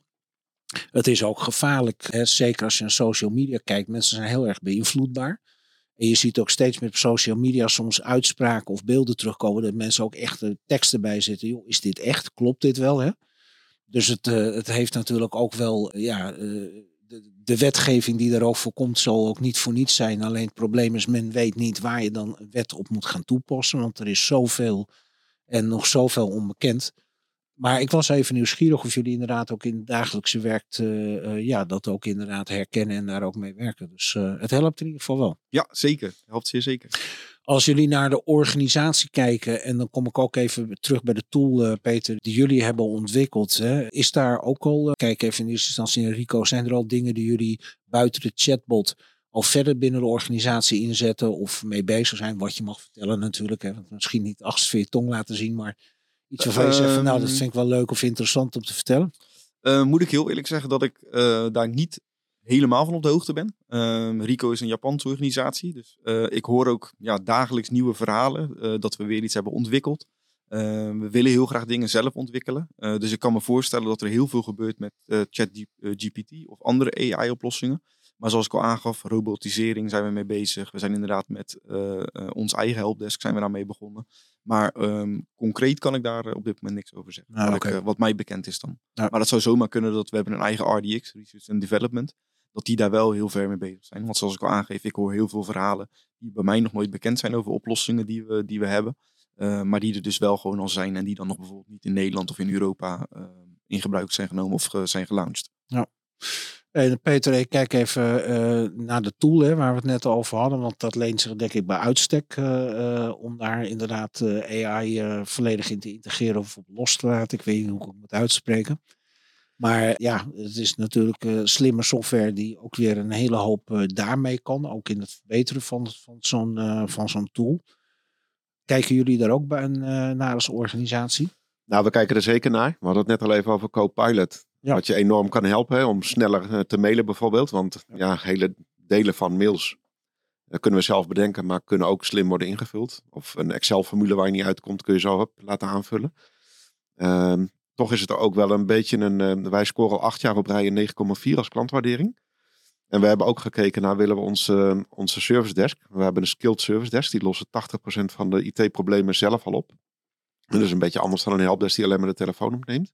B: Het is ook gevaarlijk, hè? Zeker als je naar social media kijkt. Mensen zijn heel erg beïnvloedbaar. En je ziet ook steeds meer op social media soms uitspraken of beelden terugkomen. Dat mensen ook echt teksten bij zitten. Joh, is dit echt? Klopt dit wel? Hè? Dus het, uh, het heeft natuurlijk ook wel... Ja, uh, de, de wetgeving die daarover voor komt zal ook niet voor niets zijn. Alleen het probleem is, men weet niet waar je dan een wet op moet gaan toepassen. Want er is zoveel en nog zoveel onbekend. Maar ik was even nieuwsgierig of jullie inderdaad ook in het dagelijkse werk uh, uh, ja, dat ook inderdaad herkennen en daar ook mee werken. Dus uh, het helpt in ieder geval wel.
C: Ja, zeker. Het helpt zeer zeker.
B: Als jullie naar de organisatie kijken, en dan kom ik ook even terug bij de tool, uh, Peter, die jullie hebben ontwikkeld. Hè, is daar ook al, uh, kijk even in eerste instantie naar Rico, zijn er al dingen die jullie buiten de chatbot al verder binnen de organisatie inzetten of mee bezig zijn? Wat je mag vertellen natuurlijk. Hè, want misschien niet achter je tong laten zien, maar... Iets waarvan je zegt van nou, dat vind ik wel leuk of interessant om te vertellen.
C: Uh, moet ik heel eerlijk zeggen dat ik uh, daar niet helemaal van op de hoogte ben. Uh, Rico is een Japanse organisatie. Dus uh, ik hoor ook ja, dagelijks nieuwe verhalen. Uh, dat we weer iets hebben ontwikkeld. Uh, we willen heel graag dingen zelf ontwikkelen. Uh, dus ik kan me voorstellen dat er heel veel gebeurt met uh, ChatGPT of andere A I-oplossingen. Maar zoals ik al aangaf, robotisering zijn we mee bezig. We zijn inderdaad met uh, uh, ons eigen helpdesk zijn we daarmee begonnen. Maar um, concreet kan ik daar uh, op dit moment niks over zeggen. Ah, wat, okay. ik, uh, wat mij bekend is dan. Ja. Maar dat zou zomaar kunnen dat we hebben een eigen R D X, Research and Development. Dat die daar wel heel ver mee bezig zijn. Want zoals ik al aangeef, ik hoor heel veel verhalen die bij mij nog nooit bekend zijn over oplossingen die we, die we hebben. Uh, maar die er dus wel gewoon al zijn en die dan nog bijvoorbeeld niet in Nederland of in Europa uh, in gebruik zijn genomen of uh, zijn gelaunched.
B: Ja. Hey, Peter, ik kijk even uh, naar de tool hè, waar we het net over hadden. Want dat leent zich denk ik bij uitstek uh, uh, om daar inderdaad uh, A I uh, volledig in te integreren of op los te laten. Ik weet niet hoe ik het moet uitspreken. Maar ja, het is natuurlijk uh, slimme software die ook weer een hele hoop uh, daarmee kan. Ook in het verbeteren van, van zo'n uh, van zo'n tool. Kijken jullie daar ook bij een, uh, naar als organisatie?
D: Nou, we kijken er zeker naar. We hadden het net al even over Copilot. Ja. Wat je enorm kan helpen hè, om sneller uh, te mailen bijvoorbeeld. Want ja. ja, hele delen van mails uh, kunnen we zelf bedenken, maar kunnen ook slim worden ingevuld. Of een Excel-formule waar je niet uitkomt, kun je zo op laten aanvullen. Uh, toch is het er ook wel een beetje een... Uh, wij scoren al acht jaar op rij een negen komma vier als klantwaardering. En we hebben ook gekeken naar willen we onze, onze service desk. We hebben een skilled service desk. Die lossen tachtig procent van de I T-problemen zelf al op. En dat is een beetje anders dan een helpdesk die alleen maar de telefoon opneemt.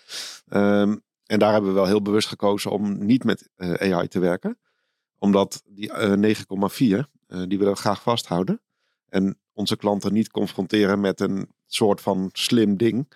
D: Um, en daar hebben we wel heel bewust gekozen om niet met uh, A I te werken. Omdat die uh, negen komma vier, uh, die willen we graag vasthouden. En onze klanten niet confronteren met een soort van slim ding.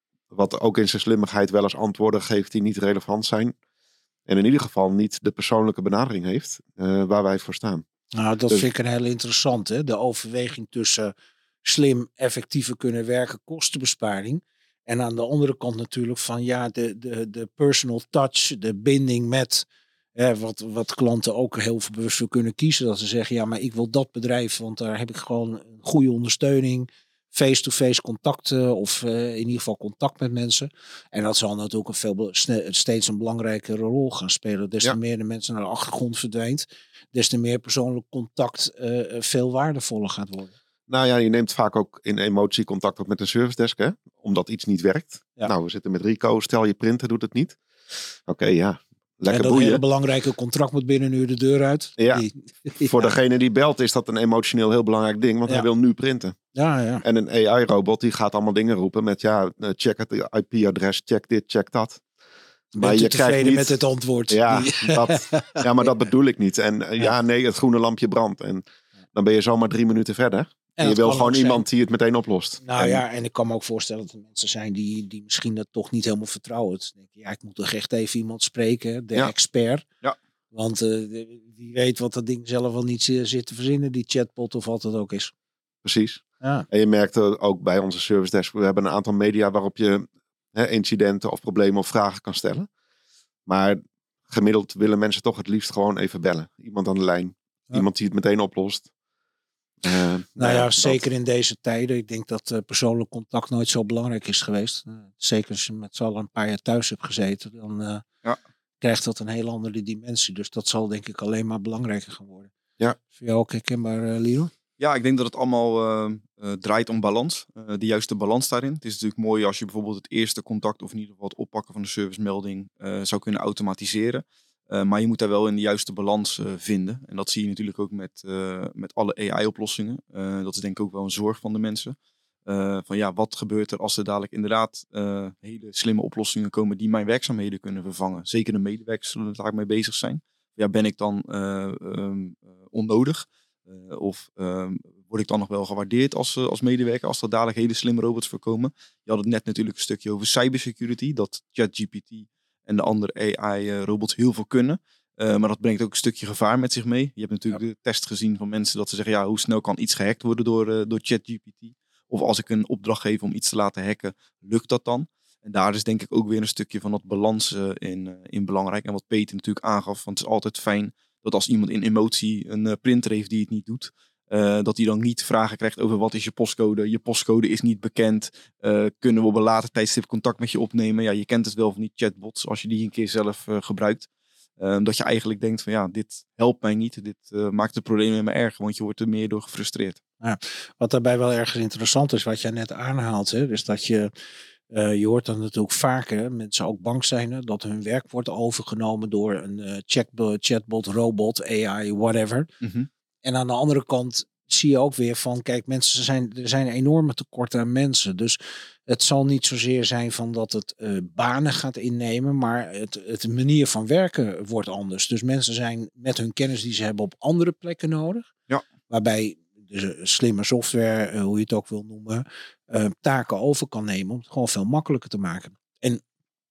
D: Wat ook in zijn slimmigheid wel eens antwoorden geeft die niet relevant zijn. En in ieder geval niet de persoonlijke benadering heeft uh, waar wij voor staan.
B: Nou, dat
D: Dus-
B: vind ik een heel interessant. Hè? De overweging tussen slim, effectiever kunnen werken, kostenbesparing. En aan de andere kant natuurlijk van ja, de, de, de personal touch, de binding met hè, wat, wat klanten ook heel veel bewust voor kunnen kiezen. Dat ze zeggen, ja, maar ik wil dat bedrijf, want daar heb ik gewoon een goede ondersteuning. Face-to-face contact uh, of uh, in ieder geval contact met mensen. En dat zal natuurlijk een veel, steeds een belangrijkere rol gaan spelen. Des te
D: Ja.
B: meer de mensen naar de achtergrond verdwijnt, des te meer persoonlijk contact uh, veel waardevoller gaat worden.
D: Nou ja, je neemt vaak ook in emotie contact op met een service desk, hè? Omdat iets niet werkt.
B: Ja.
D: Nou, we zitten met Rico, stel je printer doet het niet. Oké, okay, ja,
B: En
D: lekker
B: dat
D: boeien.
B: hele belangrijke contract moet binnen een uur de deur uit.
D: Ja.
B: Die,
D: Voor
B: ja.
D: degene die belt is dat een emotioneel heel belangrijk ding, want
B: Ja.
D: hij wil nu printen.
B: Ja, ja.
D: En een A I-robot die gaat allemaal dingen roepen met ja, check het I P-adres, check dit, check dat.
B: Ben je
D: je krijgt
B: tevreden
D: niet-
B: met het antwoord?
D: Ja,
B: Die-
D: dat, ja, maar dat bedoel ik niet. En uh, ja.
B: Ja.
D: nee, het groene lampje brandt. En dan ben je zomaar drie minuten verder. En, je
B: dat
D: wil
B: kan
D: gewoon
B: ook zijn-
D: iemand die het meteen oplost.
B: Nou
D: En-
B: ja, en ik kan me ook voorstellen dat er mensen zijn die, die misschien dat toch niet helemaal vertrouwen. Dus denk ik, ja, ik moet toch echt even iemand spreken, de
D: Ja.
B: expert.
C: Ja.
B: Want uh, de- wie weet wat dat ding zelf wel niet zi- zit te verzinnen, die chatbot of wat het ook is.
D: Precies.
B: Ja.
D: En je merkt uh, ook bij onze service desk, we hebben een aantal media waarop je hè, incidenten of problemen of vragen kan stellen. Maar gemiddeld willen mensen toch het liefst gewoon even bellen. Iemand aan de lijn.
B: Ja.
D: Iemand die het meteen oplost. Uh, nou
B: Nou ja,
D: dat-
B: zeker in deze tijden. Ik denk dat uh, persoonlijk contact nooit zo belangrijk is geweest. Uh, zeker als je met z'n allen een paar jaar thuis hebt gezeten, dan uh,
C: Ja.
B: krijgt dat een heel andere dimensie. Dus dat zal denk ik alleen maar belangrijker gaan worden.
D: Ja.
B: Voor jou ook herkenbaar, uh, Liro?
C: Ja, ik denk dat het allemaal uh, uh, draait om balans. Uh, de juiste balans daarin. Het is natuurlijk mooi als je bijvoorbeeld het eerste contact of in ieder geval het oppakken van de servicemelding uh, zou kunnen automatiseren. Uh, maar je moet daar wel in de juiste balans uh, vinden. En dat zie je natuurlijk ook met, uh, met alle A I-oplossingen. Uh, dat is denk ik ook wel een zorg van de mensen. Uh, van ja, wat gebeurt er als er dadelijk inderdaad uh, hele slimme oplossingen komen die mijn werkzaamheden kunnen vervangen. Zeker de medewerkers zullen daarmee bezig zijn. Ja, ben ik dan uh, um, uh, onnodig? Uh, of uh, word ik dan nog wel gewaardeerd als, uh, als medewerker als er dadelijk hele slimme robots voorkomen? Je had het net natuurlijk een stukje over cybersecurity. Dat ChatGPT en de andere A I-robots heel veel kunnen. Uh, maar dat brengt ook een stukje gevaar met zich mee. Je hebt natuurlijk ja. de test gezien van mensen dat ze zeggen, ja, hoe snel kan iets gehackt worden door, uh, door ChatGPT? Of als ik een opdracht geef om iets te laten hacken, lukt dat dan? En daar is denk ik ook weer een stukje van dat balans uh, in, uh, in belangrijk. En wat Peter natuurlijk aangaf, want het is altijd fijn dat als iemand in emotie een uh, printer heeft die het niet doet, Uh, dat hij dan niet vragen krijgt over wat is je postcode. Je postcode is niet bekend. Uh, kunnen we op een later tijdstip contact met je opnemen? Ja, je kent het wel van die chatbots als je die een keer zelf uh, gebruikt. Uh, dat je eigenlijk denkt van ja, dit helpt mij niet. Dit uh, maakt het probleem met me erger, want je wordt er meer door gefrustreerd.
B: Ja, wat daarbij wel ergens interessant is, wat jij net aanhaalt, hè, is dat je, uh, je hoort dan natuurlijk vaker, mensen ook bang zijn hè, dat hun werk wordt overgenomen door een uh, chatbot, chatbot, robot, A I, whatever.
C: Mm-hmm.
B: En aan de andere kant zie je ook weer van, kijk, mensen zijn, er zijn enorme tekorten aan mensen. Dus het zal niet zozeer zijn van dat het uh, banen gaat innemen, maar het, het manier van werken wordt anders. Dus mensen zijn met hun kennis die ze hebben op andere plekken nodig.
C: Ja.
B: Waarbij de slimme software, uh, hoe je het ook wil noemen, uh, taken over kan nemen om het gewoon veel makkelijker te maken. En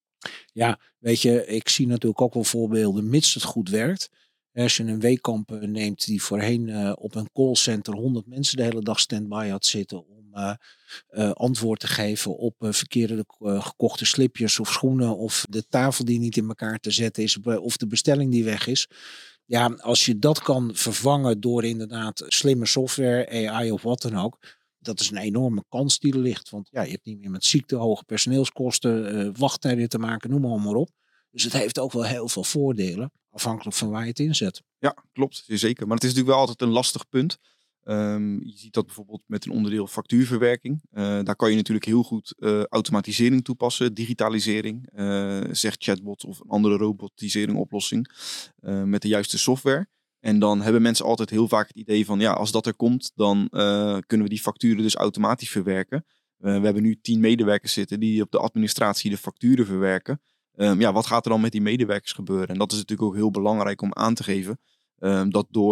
B: ja, weet je, ik zie natuurlijk ook wel voorbeelden, mits het goed werkt. Als je een Weekamp neemt die voorheen uh, op een callcenter honderd mensen de hele dag standby had zitten om uh, uh, antwoord te geven op uh, verkeerde uh, gekochte slipjes of schoenen of de tafel die niet in elkaar te zetten is of de bestelling die weg is. Ja, als je dat kan vervangen door inderdaad slimme software, A I of wat dan ook, dat is een enorme kans die er ligt. Want ja, je hebt niet meer met ziekte, hoge personeelskosten, uh, wachttijden te maken, noem maar, maar op. Dus het heeft ook wel heel veel voordelen, afhankelijk van waar je het inzet.
C: Ja, klopt, zeker. Maar het is natuurlijk wel altijd een lastig punt. Um, je ziet dat bijvoorbeeld met een onderdeel factuurverwerking. Uh, daar kan je natuurlijk heel goed uh, automatisering toepassen, digitalisering, uh, zegt chatbot of een andere robotisering oplossing uh, met de juiste software. En dan hebben mensen altijd heel vaak het idee van, ja, als dat er komt, dan uh, kunnen we die facturen dus automatisch verwerken. Uh, we hebben nu tien medewerkers zitten die op de administratie de facturen verwerken. Um, ja, wat gaat er dan met die medewerkers gebeuren? En dat is natuurlijk ook heel belangrijk om aan te geven. Um, dat door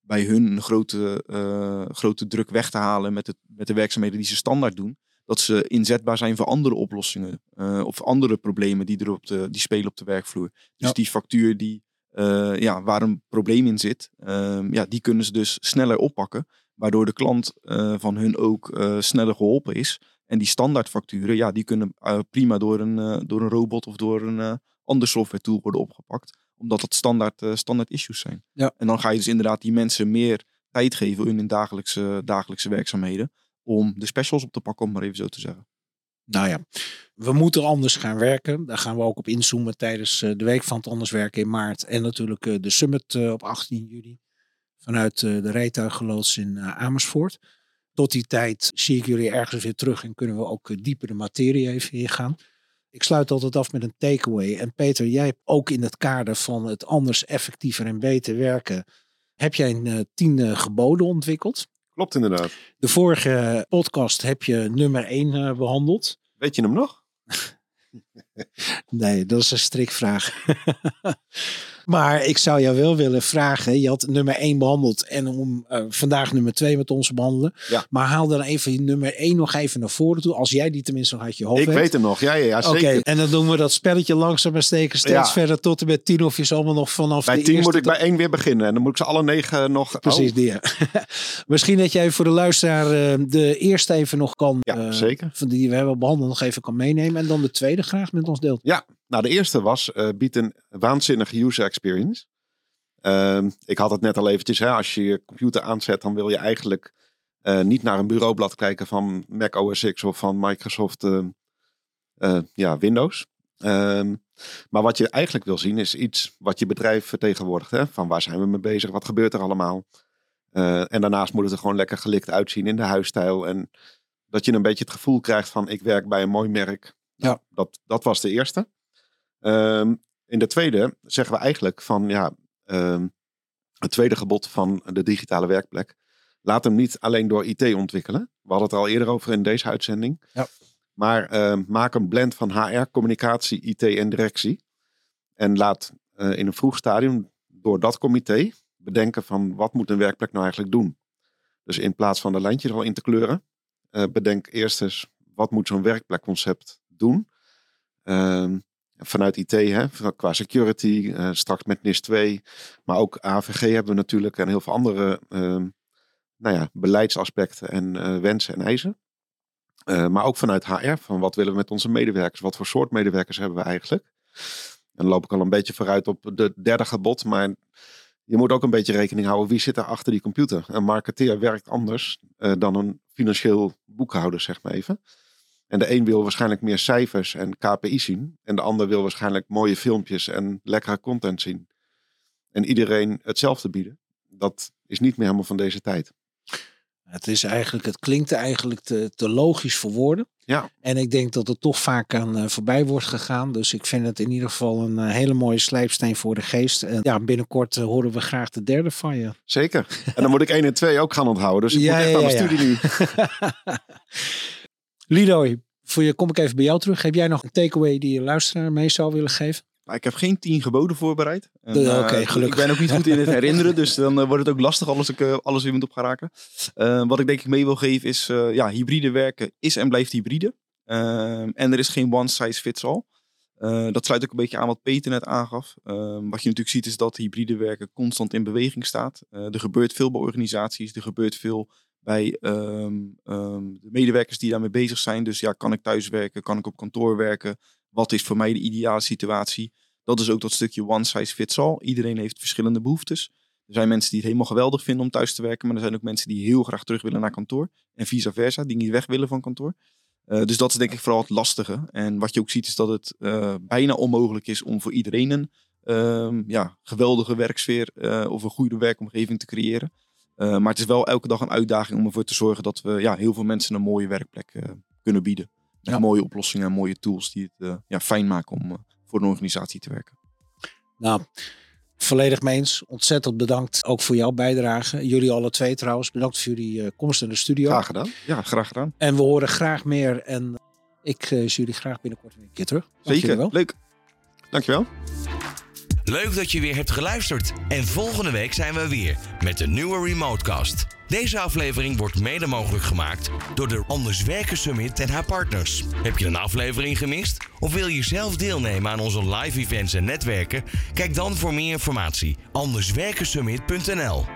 C: bij hun een grote, uh, grote druk weg te halen met, het, met de werkzaamheden die ze standaard doen. Dat ze inzetbaar zijn voor andere oplossingen uh, of andere problemen die, er op de, die spelen op de werkvloer. Dus
B: ja.
C: die factuur die, uh, ja, waar een probleem in zit, uh, ja, die kunnen ze dus sneller oppakken. Waardoor de klant uh, van hun ook uh, sneller geholpen is. En die standaardfacturen, ja, die kunnen uh, prima door een, uh, door een robot of door een uh, ander software tool worden opgepakt. Omdat het standaard, uh, standaard issues zijn.
B: Ja.
C: En dan ga je dus inderdaad die mensen meer tijd geven in hun dagelijkse, dagelijkse werkzaamheden. Om de specials op te pakken, om maar even zo te zeggen.
B: Nou ja, we moeten anders gaan werken. Daar gaan we ook op inzoomen tijdens uh, de Week van het Anders Werken in maart. En natuurlijk uh, de Summit uh, op achttien juli. Vanuit uh, de rijtuiggeloods in uh, Amersfoort. Tot die tijd zie ik jullie ergens weer terug en kunnen we ook uh, dieper de materie even ingaan. Ik sluit altijd af met een takeaway. En Peter, jij hebt ook in het kader van het anders, effectiever en beter werken, heb jij een uh, tien uh, geboden ontwikkeld.
D: Klopt inderdaad.
B: De vorige podcast heb je nummer één uh, behandeld.
D: Weet je hem nog?
B: Nee, dat is een strikvraag. Maar ik zou jou wel willen vragen. Je had nummer één behandeld. En om uh, vandaag nummer twee met ons te behandelen.
D: Ja.
B: Maar haal dan even nummer één nog even naar voren toe. Als jij die tenminste nog uit je hoofd
D: Ik
B: hebt.
D: weet hem nog. Ja, ja, ja zeker.
B: Oké, okay, en dan doen we dat spelletje langzaam maar steken. Steeds ja. verder tot en met tien. Of je ze allemaal nog vanaf
D: bij
B: de
D: tien
B: eerste
D: moet ik bij één weer beginnen. En dan moet ik ze alle negen nog...
B: Precies,
D: oh.
B: die. Ja. Misschien dat jij voor de luisteraar uh, de eerste even nog kan...
D: Ja,
B: uh,
D: zeker.
B: Van die we hebben behandeld nog even kan meenemen. En dan de tweede graag met ons deelt.
D: Ja, nou de eerste was... Uh, biedt een waanzinnige user experience. Uh, ik had het net al eventjes, hè, als je je computer aanzet, dan wil je eigenlijk uh, niet naar een bureaublad kijken van Mac O S X of van Microsoft uh, uh, ja, Windows. Uh, maar wat je eigenlijk wil zien is iets wat je bedrijf vertegenwoordigt. Hè? Van waar zijn we mee bezig, wat gebeurt er allemaal. Uh, en daarnaast moet het er gewoon lekker gelikt uitzien in de huisstijl. En dat je een beetje het gevoel krijgt van ik werk bij een mooi merk.
B: Ja.
D: Dat, dat was de eerste. Uh, in de tweede zeggen we eigenlijk van ja... Um, het tweede gebod van de digitale werkplek. Laat hem niet alleen door I T ontwikkelen. We hadden het er al eerder over in deze uitzending.
B: Ja.
D: Maar uh, maak een blend van H R, communicatie, I T en directie. En laat uh, in een vroeg stadium door dat comité bedenken van wat moet een werkplek nou eigenlijk doen. Dus in plaats van de lijntjes al in te kleuren. Uh, bedenk eerst eens wat moet zo'n werkplekconcept doen. Uh, Vanuit I T, hè, qua security, uh, straks met N I S twee. Maar ook A V G hebben we natuurlijk en heel veel andere uh, nou ja, beleidsaspecten en uh, wensen en eisen. Uh, maar ook vanuit H R, van wat willen we met onze medewerkers? Wat voor soort medewerkers hebben we eigenlijk? En dan loop ik al een beetje vooruit op de derde gebod. Maar je moet ook een beetje rekening houden. Wie zit er achter die computer? Een marketeer werkt anders uh, dan een financieel boekhouder, zeg maar even. En de een wil waarschijnlijk meer cijfers en K P I zien. En de ander wil waarschijnlijk mooie filmpjes en lekkere content zien. En iedereen hetzelfde bieden. Dat is niet meer helemaal van deze tijd.
B: Het is eigenlijk, het klinkt eigenlijk te, te logisch voor woorden.
D: Ja.
B: En ik denk dat het toch vaak aan uh, voorbij wordt gegaan. Dus ik vind het in ieder geval een uh, hele mooie slijpsteen voor de geest. En ja, binnenkort uh, horen we graag de derde van je.
D: Zeker. En dan moet ik één en twee ook gaan onthouden. Dus ik
B: ja,
D: moet echt
B: ja,
D: aan mijn
B: ja.
D: studie nu.
B: Lido, voor je kom ik even bij jou terug. Heb jij nog een takeaway die je luisteraar mee zou willen geven?
C: Nou, ik heb geen tien geboden voorbereid.
B: Oké, okay, gelukkig.
C: Ik ben ook niet goed in het herinneren, dus dan uh, wordt het ook lastig als ik uh, alles weer moet op ga raken. Uh, wat ik denk ik mee wil geven is, uh, ja, hybride werken is en blijft hybride. Uh, en er is geen one size fits all. Uh, dat sluit ook een beetje aan wat Peter net aangaf. Uh, wat je natuurlijk ziet is dat hybride werken constant in beweging staat. Uh, er gebeurt veel bij organisaties, er gebeurt veel bij um, um, de medewerkers die daarmee bezig zijn. Dus ja, kan ik thuis werken, kan ik op kantoor werken? Wat is voor mij de ideale situatie? Dat is ook dat stukje one size fits all. Iedereen heeft verschillende behoeftes. Er zijn mensen die het helemaal geweldig vinden om thuis te werken. Maar er zijn ook mensen die heel graag terug willen naar kantoor. En vice versa, die niet weg willen van kantoor. Uh, dus dat is denk ik vooral het lastige. En wat je ook ziet is dat het uh, bijna onmogelijk is om voor iedereen een uh, ja, geweldige werksfeer uh, of een goede werkomgeving te creëren. Uh, maar het is wel elke dag een uitdaging om ervoor te zorgen dat we ja, heel veel mensen een mooie werkplek uh, kunnen bieden. Met ja. mooie oplossingen en mooie tools die het uh, ja, fijn maken om uh, voor een organisatie te werken.
B: Nou, volledig mee eens. Ontzettend bedankt ook voor jouw bijdrage. Jullie alle twee trouwens. Bedankt voor jullie uh, komst in de studio.
D: Graag gedaan.
C: Ja, graag gedaan.
B: En we horen graag meer. En ik uh, zie jullie graag binnenkort weer een keer terug. Dank
C: Zeker,
B: wel.
C: leuk.
D: Dankjewel.
A: Leuk dat je weer hebt geluisterd. En volgende week zijn we weer met een nieuwe Remotecast. Deze aflevering wordt mede mogelijk gemaakt door de Anders Werken Summit en haar partners. Heb je een aflevering gemist? Of wil je zelf deelnemen aan onze live events en netwerken? Kijk dan voor meer informatie. anders werken summit punt n l